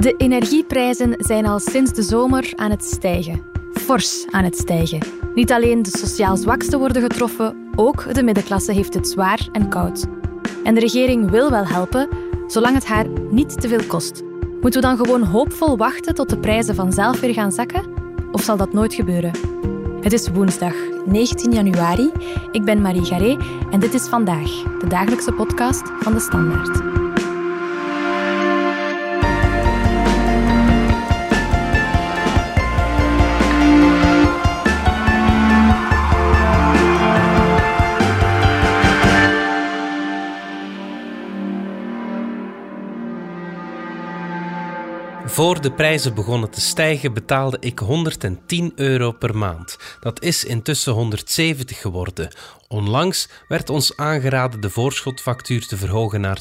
De energieprijzen zijn al sinds de zomer aan het stijgen. Fors aan het stijgen. Niet alleen de sociaal zwaksten worden getroffen, ook de middenklasse heeft het zwaar en koud. En de regering wil wel helpen, zolang het haar niet te veel kost. Moeten we dan gewoon hoopvol wachten tot de prijzen vanzelf weer gaan zakken? Of zal dat nooit gebeuren? Het is woensdag, 19 januari. Ik ben Marie Garé en dit is Vandaag, de dagelijkse podcast van De Standaard. Voor de prijzen begonnen te stijgen betaalde ik €110 per maand. Dat is intussen 170 geworden. Onlangs werd ons aangeraden de voorschotfactuur te verhogen naar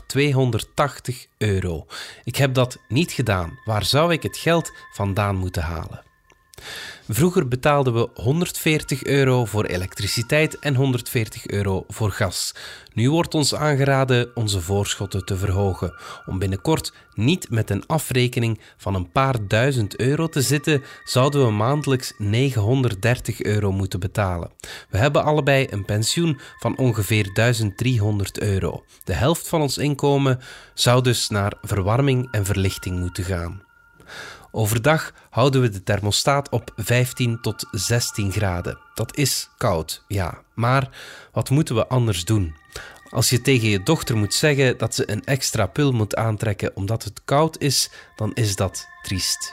€280. Ik heb dat niet gedaan. Waar zou ik het geld vandaan moeten halen? Vroeger betaalden we €140 voor elektriciteit en €140 voor gas. Nu wordt ons aangeraden onze voorschotten te verhogen. Om binnenkort niet met een afrekening van een paar €1000 te zitten, zouden we maandelijks €930 moeten betalen. We hebben allebei een pensioen van ongeveer €1300. De helft van ons inkomen zou dus naar verwarming en verlichting moeten gaan. Overdag houden we de thermostaat op 15 tot 16 graden. Dat is koud, ja. Maar wat moeten we anders doen? Als je tegen je dochter moet zeggen dat ze een extra pul moet aantrekken omdat het koud is, dan is dat triest.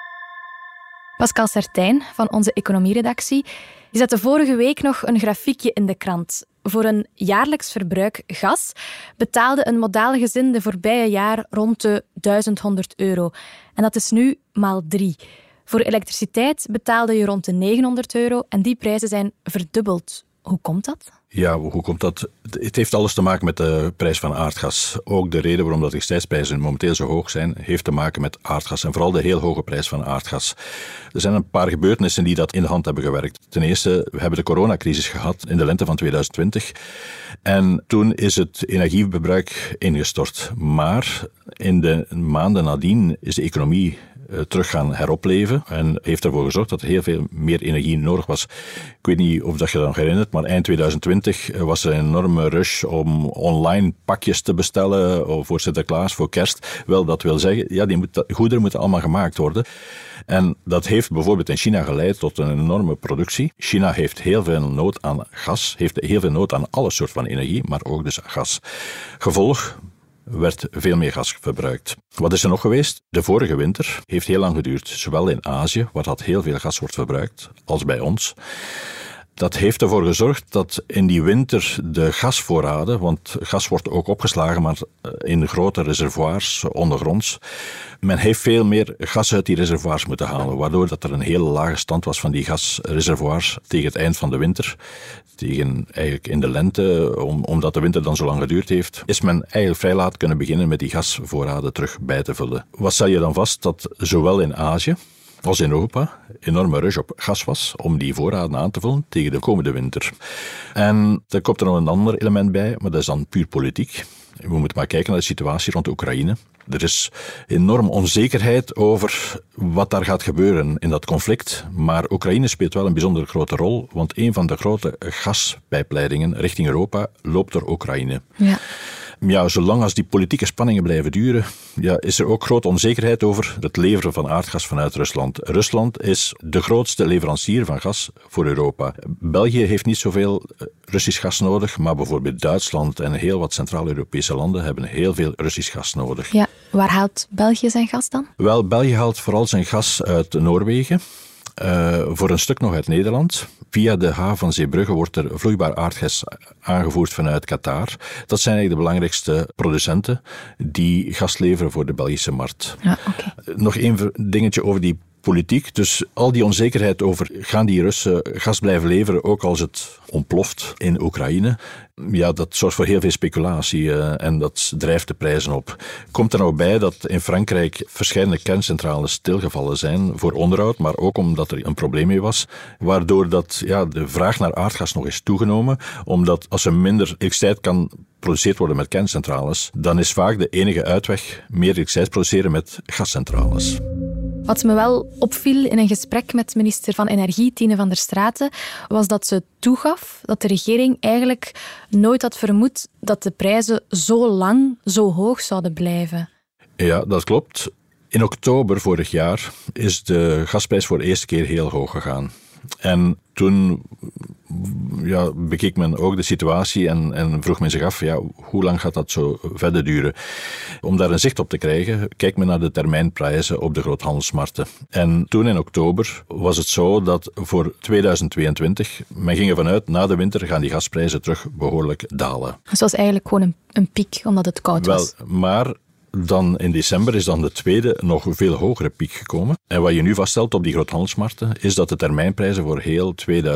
Pascal Sertijn van onze economieredactie die zette vorige week nog een grafiekje in de krant. Voor een jaarlijks verbruik gas betaalde een modaal gezin de voorbije jaar rond de €1100. En dat is nu maal 3. Voor elektriciteit betaalde je rond de €900 en die prijzen zijn verdubbeld. Hoe komt dat? Ja, hoe komt dat? Het heeft alles te maken met de prijs van aardgas. Ook de reden waarom de elektriciteitsprijzen momenteel zo hoog zijn, heeft te maken met aardgas en vooral de heel hoge prijs van aardgas. Er zijn een paar gebeurtenissen die dat in de hand hebben gewerkt. Ten eerste, we hebben de coronacrisis gehad in de lente van 2020 en toen is het energieverbruik ingestort. Maar in de maanden nadien is de economie terug gaan heropleven en heeft ervoor gezorgd dat er heel veel meer energie nodig was. Ik weet niet of dat je dat nog herinnert, maar eind 2020 was er een enorme rush om online pakjes te bestellen voor Sinterklaas, voor kerst. Wel, dat wil zeggen, ja, goederen moeten allemaal gemaakt worden. En dat heeft bijvoorbeeld in China geleid tot een enorme productie. China heeft heel veel nood aan gas, heeft heel veel nood aan alle soorten van energie, maar ook dus gas. Gevolg werd veel meer gas verbruikt. Wat is er nog geweest? De vorige winter heeft heel lang geduurd, zowel in Azië, waar dat heel veel gas wordt verbruikt, als bij ons. Dat heeft ervoor gezorgd dat in die winter de gasvoorraden, want gas wordt ook opgeslagen, maar in grote reservoirs ondergronds, men heeft veel meer gas uit die reservoirs moeten halen, waardoor dat er een hele lage stand was van die gasreservoirs tegen het eind van de winter, tegen eigenlijk in de lente, omdat de winter dan zo lang geduurd heeft, is men eigenlijk vrij laat kunnen beginnen met die gasvoorraden terug bij te vullen. Wat stel je dan vast? Dat zowel in Azië als in Europa enorme rush op gas was om die voorraden aan te vullen tegen de komende winter. En er komt er nog een ander element bij, maar dat is dan puur politiek. We moeten maar kijken naar de situatie rond Oekraïne. Er is enorm onzekerheid over wat daar gaat gebeuren in dat conflict. Maar Oekraïne speelt wel een bijzonder grote rol, want een van de grote gaspijpleidingen richting Europa loopt door Oekraïne. Ja. Ja, zolang als die politieke spanningen blijven duren, ja, is er ook grote onzekerheid over het leveren van aardgas vanuit Rusland. Rusland is de grootste leverancier van gas voor Europa. België heeft niet zoveel Russisch gas nodig, maar bijvoorbeeld Duitsland en heel wat Centraal-Europese landen hebben heel veel Russisch gas nodig. Ja, waar haalt België zijn gas dan? Wel, België haalt vooral zijn gas uit Noorwegen. Voor een stuk nog uit Nederland. Via de haven van Zeebrugge wordt er vloeibaar aardgas aangevoerd vanuit Qatar. Dat zijn eigenlijk de belangrijkste producenten die gas leveren voor de Belgische markt. Ja, okay. Nog één dingetje over die politiek. Dus al die onzekerheid over gaan die Russen gas blijven leveren, ook als het ontploft in Oekraïne. Ja, dat zorgt voor heel veel speculatie en dat drijft de prijzen op. Komt er nou bij dat in Frankrijk verschillende kerncentrales stilgevallen zijn voor onderhoud, maar ook omdat er een probleem mee was, waardoor dat, de vraag naar aardgas nog is toegenomen, omdat als er minder elektriciteit kan geproduceerd worden met kerncentrales, dan is vaak de enige uitweg meer elektriciteit produceren met gascentrales. Wat me wel opviel in een gesprek met minister van Energie, Tine van der Straeten, was dat ze toegaf dat de regering eigenlijk nooit had vermoed dat de prijzen zo lang zo hoog zouden blijven. Ja, dat klopt. In oktober vorig jaar is de gasprijs voor de eerste keer heel hoog gegaan. En toen bekeek men ook de situatie en vroeg men zich af, hoe lang gaat dat zo verder duren? Om daar een zicht op te krijgen, kijkt men naar de termijnprijzen op de groothandelsmarkten. En toen in oktober was het zo dat voor 2022, men ging ervan uit, na de winter gaan die gasprijzen terug behoorlijk dalen. Dus het was eigenlijk gewoon een piek, omdat het koud was. Maar dan in december is dan de tweede, nog veel hogere piek gekomen. En wat je nu vaststelt op die groothandelsmarkten, is dat de termijnprijzen voor heel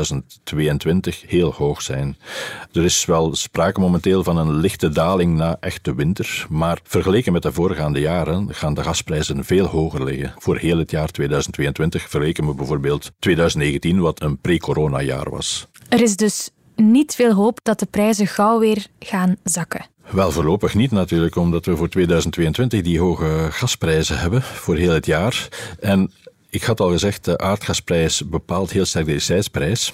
2022 heel hoog zijn. Er is wel sprake momenteel van een lichte daling na echte winter, maar vergeleken met de voorgaande jaren gaan de gasprijzen veel hoger liggen. Voor heel het jaar 2022 vergeleken met bijvoorbeeld 2019, wat een pre-corona-jaar was. Er is dus niet veel hoop dat de prijzen gauw weer gaan zakken. Wel, voorlopig niet natuurlijk, omdat we voor 2022 die hoge gasprijzen hebben voor heel het jaar. En ik had al gezegd, de aardgasprijs bepaalt heel sterk de elektriciteitsprijs.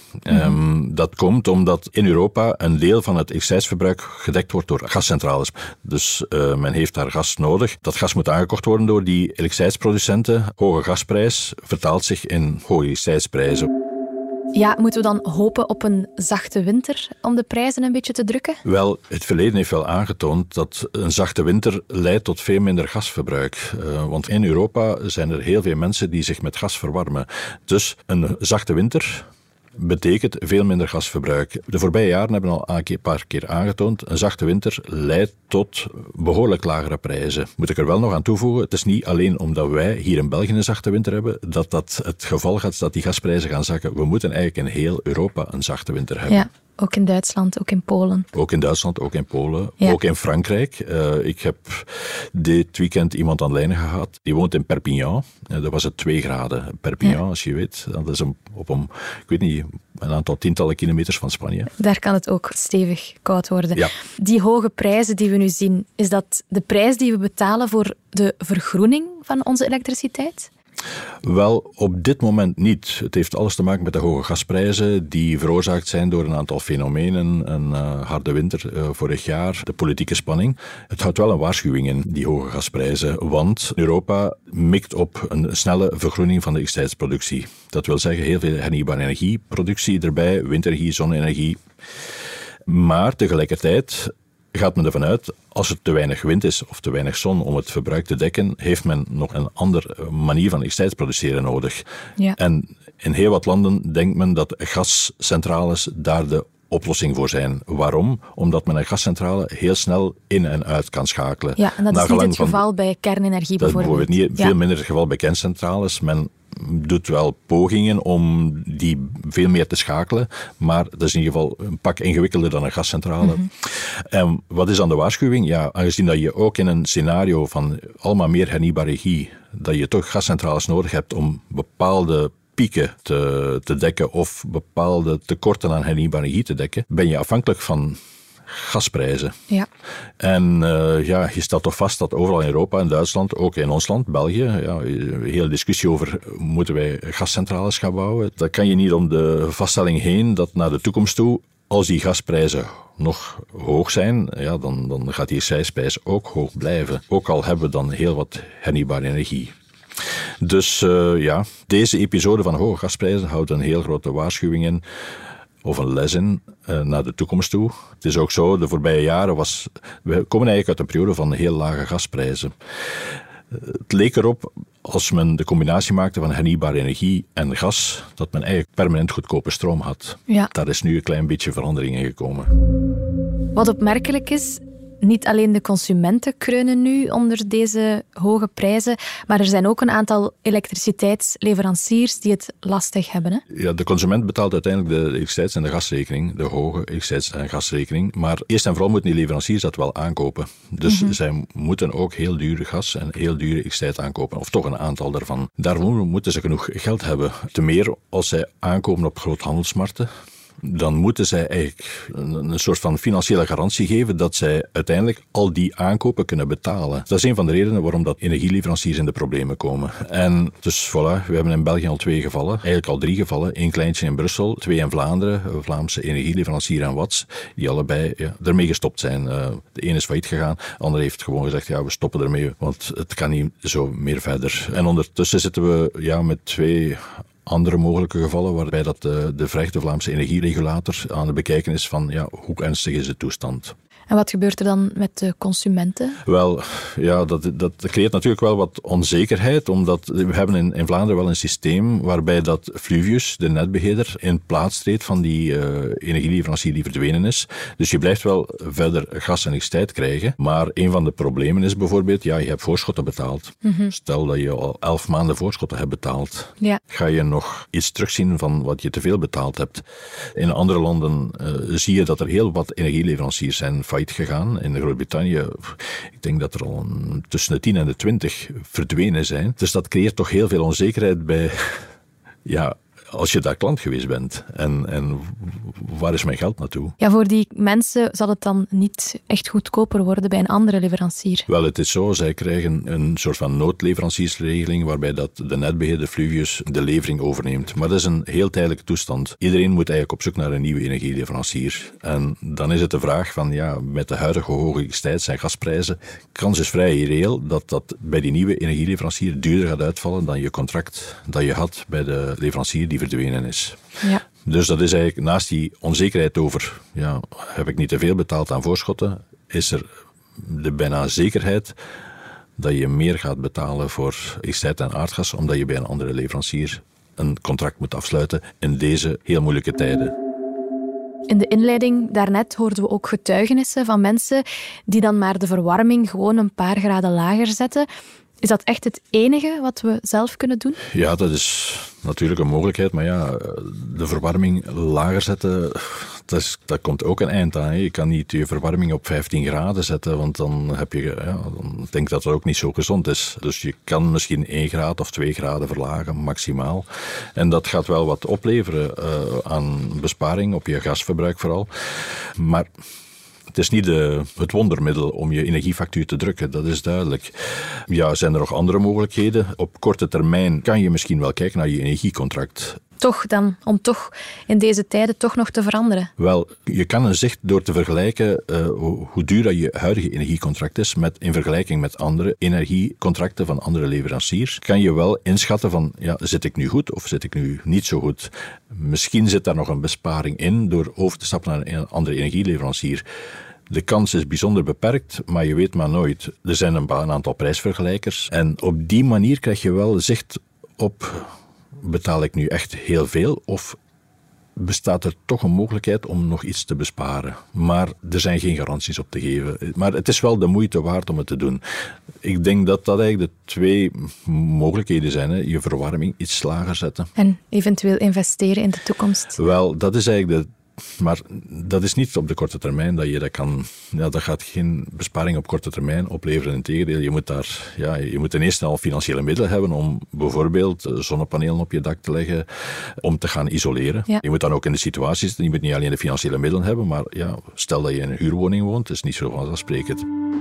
Dat komt omdat in Europa een deel van het elektriciteitsverbruik gedekt wordt door gascentrales. Dus men heeft daar gas nodig. Dat gas moet aangekocht worden door die elektriciteitsproducenten. Hoge gasprijs vertaalt zich in hoge elektriciteitsprijzen. Ja, moeten we dan hopen op een zachte winter om de prijzen een beetje te drukken? Wel, het verleden heeft wel aangetoond dat een zachte winter leidt tot veel minder gasverbruik. Want in Europa zijn er heel veel mensen die zich met gas verwarmen. Dus een zachte winter betekent veel minder gasverbruik. De voorbije jaren hebben al een paar keer aangetoond, een zachte winter leidt tot behoorlijk lagere prijzen. Moet ik er wel nog aan toevoegen, het is niet alleen omdat wij hier in België een zachte winter hebben, dat het geval gaat dat die gasprijzen gaan zakken. We moeten eigenlijk in heel Europa een zachte winter hebben. Ja. Ook in Duitsland, ook in Polen. Ook in Duitsland, ook in Polen, ook in Frankrijk. Ik heb dit weekend iemand aan lijnen gehad. Die woont in Perpignan. Daar was het 2 graden. Perpignan, als je weet, dat is ik weet niet, een aantal tientallen kilometers van Spanje. Daar kan het ook stevig koud worden. Ja. Die hoge prijzen die we nu zien, is dat de prijs die we betalen voor de vergroening van onze elektriciteit? Wel, op dit moment niet. Het heeft alles te maken met de hoge gasprijzen die veroorzaakt zijn door een aantal fenomenen. Een harde winter vorig jaar, de politieke spanning. Het houdt wel een waarschuwing in, die hoge gasprijzen, want Europa mikt op een snelle vergroening van de elektriciteitsproductie. Dat wil zeggen heel veel hernieuwbare energieproductie erbij, windenergie, zonne-energie. Maar tegelijkertijd gaat men ervan uit, als er te weinig wind is of te weinig zon om het verbruik te dekken, heeft men nog een andere manier van elektriciteit produceren nodig. Ja. En in heel wat landen denkt men dat gascentrales daar de oplossing voor zijn. Waarom? Omdat men een gascentrale heel snel in en uit kan schakelen. Ja, en dat is niet het geval bij kernenergie bijvoorbeeld. Dat is bijvoorbeeld niet, veel minder het geval bij kerncentrales. Men doet wel pogingen om die veel meer te schakelen, maar dat is in ieder geval een pak ingewikkelder dan een gascentrale. En wat is dan de waarschuwing? Ja, aangezien dat je ook in een scenario van allemaal meer hernieuwbare energie, dat je toch gascentrales nodig hebt om bepaalde pieken te dekken of bepaalde tekorten aan hernieuwbare energie te dekken, ben je afhankelijk van gasprijzen. Ja. En je stelt toch vast dat overal in Europa, in Duitsland, ook in ons land, België, een hele discussie over moeten wij gascentrales gaan bouwen. Dat kan je niet om de vaststelling heen dat naar de toekomst toe, als die gasprijzen nog hoog zijn, dan gaat die elektriciteitsprijs ook hoog blijven. Ook al hebben we dan heel wat hernieuwbare energie. Dus deze episode van hoge gasprijzen houdt een heel grote waarschuwing in, of een les in, naar de toekomst toe. Het is ook zo, de voorbije jaren we komen eigenlijk uit een periode van heel lage gasprijzen. Het leek erop, als men de combinatie maakte van hernieuwbare energie en gas, dat men eigenlijk permanent goedkope stroom had. Ja. Daar is nu een klein beetje verandering in gekomen. Wat opmerkelijk is, niet alleen de consumenten kreunen nu onder deze hoge prijzen, maar er zijn ook een aantal elektriciteitsleveranciers die het lastig hebben. Hè? Ja, de consument betaalt uiteindelijk de elektriciteits- en de gasrekening, de hoge elektriciteits- en gasrekening. Maar eerst en vooral moeten die leveranciers dat wel aankopen. Dus zij moeten ook heel dure gas en heel dure elektriciteit aankopen. Of toch een aantal daarvan. Daarvoor moeten ze genoeg geld hebben. Te meer als zij aankopen op groothandelsmarkten. Dan moeten zij eigenlijk een soort van financiële garantie geven dat zij uiteindelijk al die aankopen kunnen betalen. Dat is een van de redenen waarom dat energieleveranciers in de problemen komen. En dus voilà, we hebben in België al 2 gevallen, eigenlijk al 3 gevallen. 1 kleintje in Brussel, 2 in Vlaanderen, een Vlaamse energieleverancier en Watts, die allebei ermee gestopt zijn. De ene is failliet gegaan, de andere heeft gewoon gezegd, we stoppen ermee, want het kan niet zo meer verder. En ondertussen zitten we met 2 andere mogelijke gevallen waarbij dat de Vlaamse energieregulator aan het bekijken is van hoe ernstig is de toestand. En wat gebeurt er dan met de consumenten? Wel, dat creëert natuurlijk wel wat onzekerheid, omdat we hebben in Vlaanderen wel een systeem waarbij dat Fluvius, de netbeheerder, in plaats treedt van die energieleverancier die verdwenen is. Dus je blijft wel verder gas en elektriciteit krijgen, maar een van de problemen is bijvoorbeeld, je hebt voorschotten betaald. Stel dat je al 11 maanden voorschotten hebt betaald. Ja. Ga je nog iets terugzien van wat je te veel betaald hebt? In andere landen zie je dat er heel wat energieleveranciers zijn failliet gegaan. In Groot-Brittannië, ik denk dat er al tussen de 10 en de 20 verdwenen zijn. Dus dat creëert toch heel veel onzekerheid bij, als je daar klant geweest bent. En waar is mijn geld naartoe? Ja, voor die mensen zal het dan niet echt goedkoper worden bij een andere leverancier? Wel, het is zo, zij krijgen een soort van noodleveranciersregeling waarbij dat de netbeheerder Fluvius de levering overneemt. Maar dat is een heel tijdelijke toestand. Iedereen moet eigenlijk op zoek naar een nieuwe energieleverancier. En dan is het de vraag van, met de huidige hoge elektriciteits- en gasprijzen, kans is vrij reëel dat bij die nieuwe energieleverancier duurder gaat uitvallen dan je contract dat je had bij de leverancier die verdwenen is. Ja. Dus dat is eigenlijk, naast die onzekerheid over, heb ik niet te veel betaald aan voorschotten, is er de bijna zekerheid dat je meer gaat betalen voor elektriciteit en aardgas, omdat je bij een andere leverancier een contract moet afsluiten in deze heel moeilijke tijden. In de inleiding daarnet hoorden we ook getuigenissen van mensen die dan maar de verwarming gewoon een paar graden lager zetten. Is dat echt het enige wat we zelf kunnen doen? Ja, dat is natuurlijk een mogelijkheid, maar de verwarming lager zetten, dat komt ook een eind aan. Je kan niet je verwarming op 15 graden zetten, want dan dan denk ik dat dat ook niet zo gezond is. Dus je kan misschien 1 graad of 2 graden verlagen, maximaal. En dat gaat wel wat opleveren aan besparing op je gasverbruik vooral. Maar het is niet het wondermiddel om je energiefactuur te drukken, dat is duidelijk. Zijn er nog andere mogelijkheden? Op korte termijn kan je misschien wel kijken naar je energiecontract. Toch dan, om toch in deze tijden toch nog te veranderen? Wel, je kan een zicht door te vergelijken hoe duur dat je huidige energiecontract is in vergelijking met andere energiecontracten van andere leveranciers. Kan je wel inschatten van, zit ik nu goed of zit ik nu niet zo goed? Misschien zit daar nog een besparing in door over te stappen naar een andere energieleverancier. De kans is bijzonder beperkt, maar je weet maar nooit. Er zijn een aantal prijsvergelijkers en op die manier krijg je wel zicht op, betaal ik nu echt heel veel of bestaat er toch een mogelijkheid om nog iets te besparen. Maar er zijn geen garanties op te geven. Maar het is wel de moeite waard om het te doen. Ik denk dat dat eigenlijk de 2 mogelijkheden zijn. Hè. Je verwarming iets lager zetten. En eventueel investeren in de toekomst. Wel, dat is eigenlijk maar dat is niet op de korte termijn dat je dat kan. Dat gaat geen besparing op korte termijn opleveren. Integendeel, je moet ten eerste al financiële middelen hebben om bijvoorbeeld zonnepanelen op je dak te leggen, om te gaan isoleren. Ja. Je moet dan ook in de situatie zitten. Je moet niet alleen de financiële middelen hebben, maar stel dat je in een huurwoning woont, is niet zo vanzelfsprekend.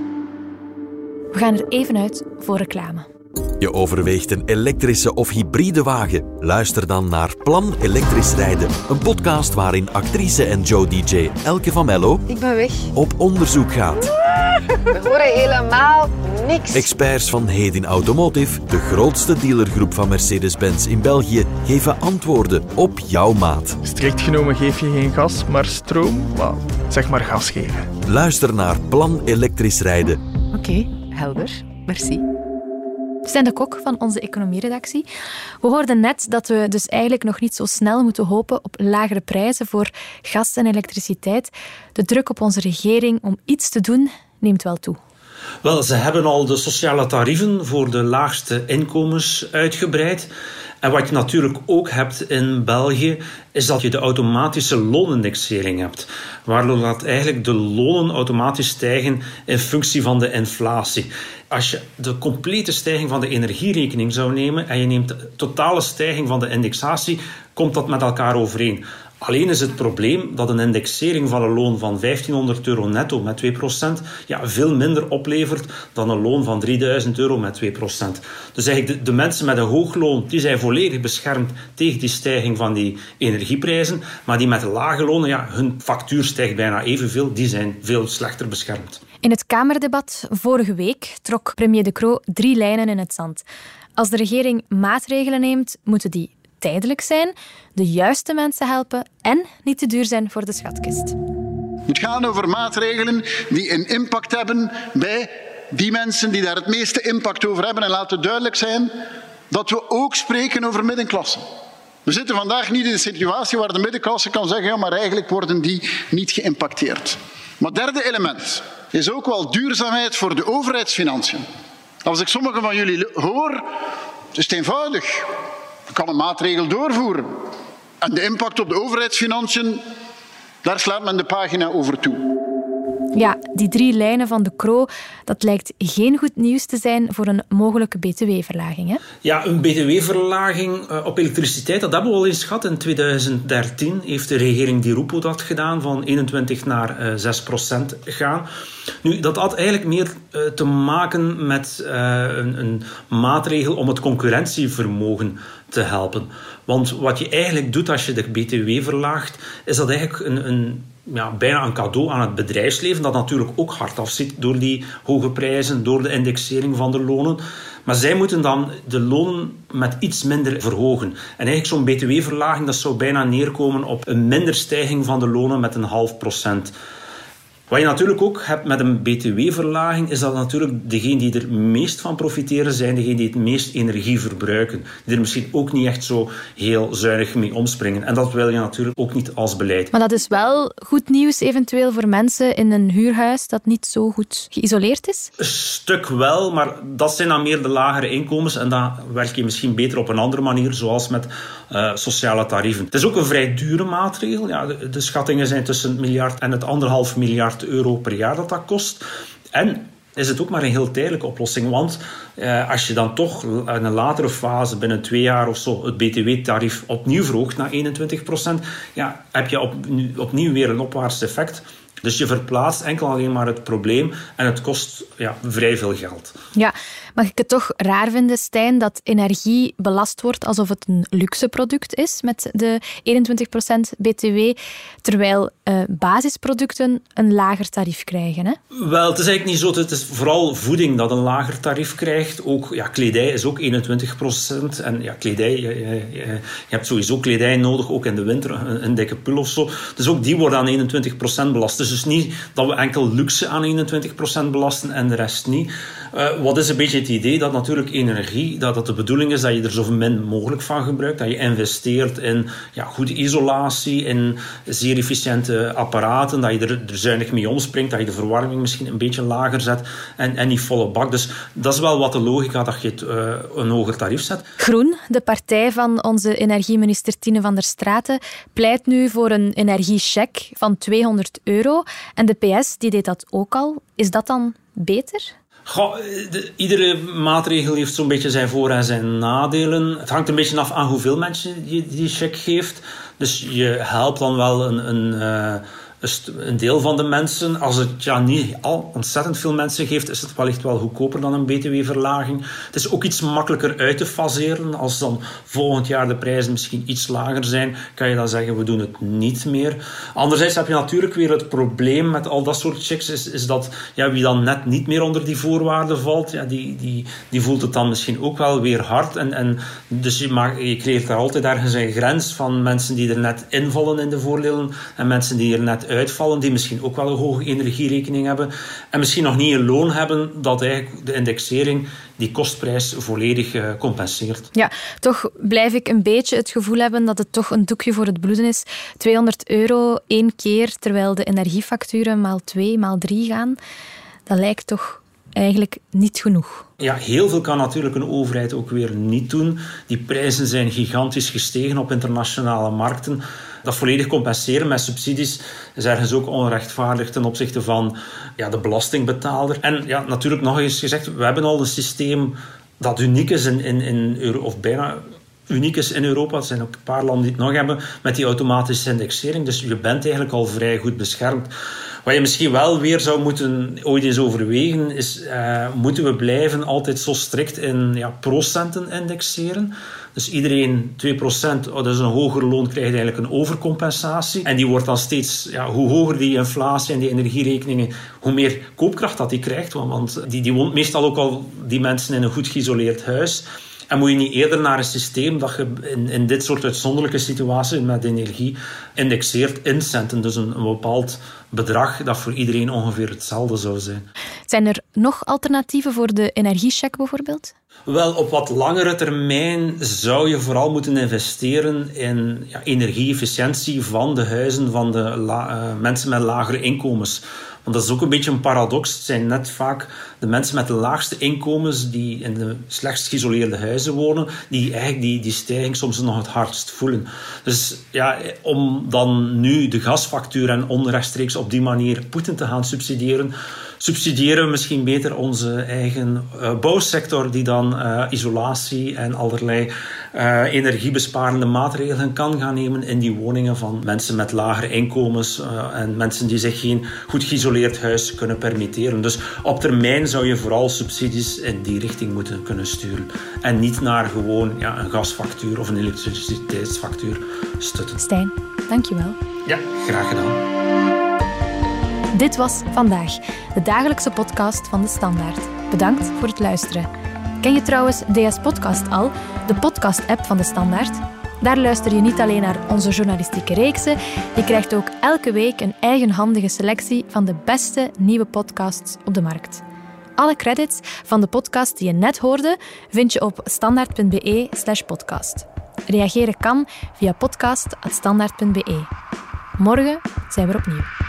We gaan er even uit voor reclame. Je overweegt een elektrische of hybride wagen? Luister dan naar Plan Elektrisch Rijden. Een podcast waarin actrice en Joe-dj Elke van Mello ik ben weg. Op onderzoek gaat. We horen helemaal niks. Experts van Hedin Automotive, de grootste dealergroep van Mercedes-Benz in België, geven antwoorden op jouw maat. Strikt genomen geef je geen gas, maar stroom, zeg maar gas geven. Luister naar Plan Elektrisch Rijden. Oké, helder. Merci. Stijn de Kok van onze economieredactie. We hoorden net dat we dus eigenlijk nog niet zo snel moeten hopen op lagere prijzen voor gas en elektriciteit. De druk op onze regering om iets te doen, neemt wel toe. Wel, ze hebben al de sociale tarieven voor de laagste inkomens uitgebreid. En wat je natuurlijk ook hebt in België, is dat je de automatische loonindexering hebt. Waardoor dat eigenlijk de lonen automatisch stijgen in functie van de inflatie. Als je de complete stijging van de energierekening zou nemen en je neemt de totale stijging van de indexatie, komt dat met elkaar overeen. Alleen is het probleem dat een indexering van een loon van €1.500 netto met 2% veel minder oplevert dan een loon van €3.000 met 2%. Dus eigenlijk de mensen met een hoog loon die zijn volledig beschermd tegen die stijging van die energieprijzen. Maar die met een lage lonen, hun factuur stijgt bijna evenveel, die zijn veel slechter beschermd. In het Kamerdebat vorige week trok premier De Croo 3 lijnen in het zand. Als de regering maatregelen neemt, moeten die tijdelijk zijn, de juiste mensen helpen en niet te duur zijn voor de schatkist. Het moet gaan over maatregelen die een impact hebben bij die mensen die daar het meeste impact over hebben. En laat het duidelijk zijn dat we ook spreken over middenklasse. We zitten vandaag niet in een situatie waar de middenklasse kan zeggen, maar eigenlijk worden die niet geïmpacteerd. Maar het derde element is ook wel duurzaamheid voor de overheidsfinanciën. Als ik sommigen van jullie hoor, het is eenvoudig. Je kan een maatregel doorvoeren. En de impact op de overheidsfinanciën, daar slaat men de pagina over toe. Ja, die 3 lijnen van De Croo, dat lijkt geen goed nieuws te zijn voor een mogelijke btw-verlaging. Hè? Ja, een btw-verlaging op elektriciteit, dat hebben we al eens gehad. In 2013 heeft de regering Di Rupo dat gedaan, van 21 naar 6% gaan. Nu, dat had eigenlijk meer te maken met een maatregel om het concurrentievermogen te helpen. Want wat je eigenlijk doet als je de btw verlaagt, is dat eigenlijk bijna een cadeau aan het bedrijfsleven, dat natuurlijk ook hard afzit door die hoge prijzen, door de indexering van de lonen. Maar zij moeten dan de lonen met iets minder verhogen. En eigenlijk zo'n btw-verlaging, dat zou bijna neerkomen op een minder stijging van de lonen met 0,5%. Wat je natuurlijk ook hebt met een btw-verlaging, is dat natuurlijk degenen die er meest van profiteren zijn degenen die het meest energie verbruiken. Die er misschien ook niet echt zo heel zuinig mee omspringen. En dat wil je natuurlijk ook niet als beleid. Maar dat is wel goed nieuws eventueel voor mensen in een huurhuis dat niet zo goed geïsoleerd is? Een stuk wel, maar dat zijn dan meer de lagere inkomens. En dan werk je misschien beter op een andere manier, zoals met sociale tarieven. Het is ook een vrij dure maatregel. Ja, de schattingen zijn tussen €1 miljard en het €1,5 miljard per jaar dat kost. En is het ook maar een heel tijdelijke oplossing. Want als je dan toch in een latere fase, binnen 2 jaar of zo, het btw-tarief opnieuw verhoogt naar 21%, heb je opnieuw weer een opwaarts effect. Dus je verplaatst enkel alleen maar het probleem en het kost vrij veel geld. Ja, mag ik het toch raar vinden, Stijn, dat energie belast wordt alsof het een luxe product is met de 21% btw, terwijl basisproducten een lager tarief krijgen? Hè? Wel, het is eigenlijk niet zo. Het is vooral voeding dat een lager tarief krijgt. Ook kledij is ook 21%. En kledij, je hebt sowieso kledij nodig, ook in de winter, een dikke pul of zo. Dus ook die worden aan 21% belast. Dus niet dat we enkel luxe aan 21% belasten en de rest niet. Wat is een beetje het idee? Dat natuurlijk energie, dat de bedoeling is dat je er zo min mogelijk van gebruikt. Dat je investeert in goede isolatie, in zeer efficiënte apparaten, dat je er zuinig mee omspringt, dat je de verwarming misschien een beetje lager zet en niet volle bak. Dus dat is wel wat de logica dat je een hoger tarief zet. Groen, de partij van onze energieminister Tine van der Straeten, pleit nu voor een energiecheck van €200. En de PS die deed dat ook al. Is dat dan beter? Iedere maatregel heeft zo'n beetje zijn voor- en zijn nadelen. Het hangt een beetje af aan hoeveel mensen je die check geeft. Dus je helpt dan wel een deel van de mensen. Als het niet al ontzettend veel mensen geeft, is het wellicht wel goedkoper dan een btw-verlaging. Het is ook iets makkelijker uit te faseren. Als dan volgend jaar de prijzen misschien iets lager zijn, kan je dan zeggen, we doen het niet meer. Anderzijds heb je natuurlijk weer het probleem met al dat soort checks, is dat wie dan net niet meer onder die voorwaarden valt, die voelt het dan misschien ook wel weer hard. Dus je creëert daar altijd ergens een grens van mensen die er net invallen in de voordelen en mensen die er net uitvallen, die misschien ook wel een hoge energierekening hebben en misschien nog niet een loon hebben dat eigenlijk de indexering die kostprijs volledig compenseert. Ja, toch blijf ik een beetje het gevoel hebben dat het toch een doekje voor het bloeden is. €200 één keer, terwijl de energiefacturen maal 2, maal 3 gaan. dat lijkt toch eigenlijk niet genoeg. Ja, heel veel kan natuurlijk een overheid ook weer niet doen. Die prijzen zijn gigantisch gestegen op internationale markten. Dat volledig compenseren met subsidies is ergens ook onrechtvaardig ten opzichte van de belastingbetaler. En natuurlijk nog eens gezegd, we hebben al een systeem dat uniek is in Europa, of bijna uniek is in Europa. Er zijn ook een paar landen die het nog hebben, met die automatische indexering. Dus je bent eigenlijk al vrij goed beschermd. Wat je misschien wel weer zou moeten ooit eens overwegen, is moeten we blijven altijd zo strikt in procenten indexeren. Dus iedereen 2%, dus een hoger loon, krijgt eigenlijk een overcompensatie. En die wordt dan steeds, hoe hoger die inflatie en die energierekeningen, hoe meer koopkracht dat die krijgt. Want die woont meestal ook al, die mensen, in een goed geïsoleerd huis. En moet je niet eerder naar een systeem dat je in dit soort uitzonderlijke situaties met energie indexeert in centen. Dus een bepaald bedrag dat voor iedereen ongeveer hetzelfde zou zijn. Zijn er nog alternatieven voor de energiecheck bijvoorbeeld? Wel, op wat langere termijn zou je vooral moeten investeren in energie-efficiëntie van de huizen van de mensen met lagere inkomens. Want dat is ook een beetje een paradox. Het zijn net vaak de mensen met de laagste inkomens die in de slechtst geïsoleerde huizen wonen, die eigenlijk die stijging soms nog het hardst voelen. Dus om dan nu de gasfactuur en onrechtstreeks op die manier Poetin te gaan subsidiëren we misschien beter onze eigen bouwsector, die dan isolatie en allerlei energiebesparende maatregelen kan gaan nemen in die woningen van mensen met lagere inkomens en mensen die zich geen goed geïsoleerd huis kunnen permitteren. Dus op termijn zou je vooral subsidies in die richting moeten kunnen sturen. En niet naar gewoon een gasfactuur of een elektriciteitsfactuur stutten. Stijn, dankjewel. Ja, graag gedaan. Dit was Vandaag, de dagelijkse podcast van De Standaard. Bedankt voor het luisteren. Ken je trouwens DS Podcast al, de podcast-app van De Standaard? Daar luister je niet alleen naar onze journalistieke reeksen, je krijgt ook elke week een eigenhandige selectie van de beste nieuwe podcasts op de markt. Alle credits van de podcast die je net hoorde vind je op standaard.be/podcast. Reageren kan via podcast@standaard.be. Morgen zijn we er opnieuw.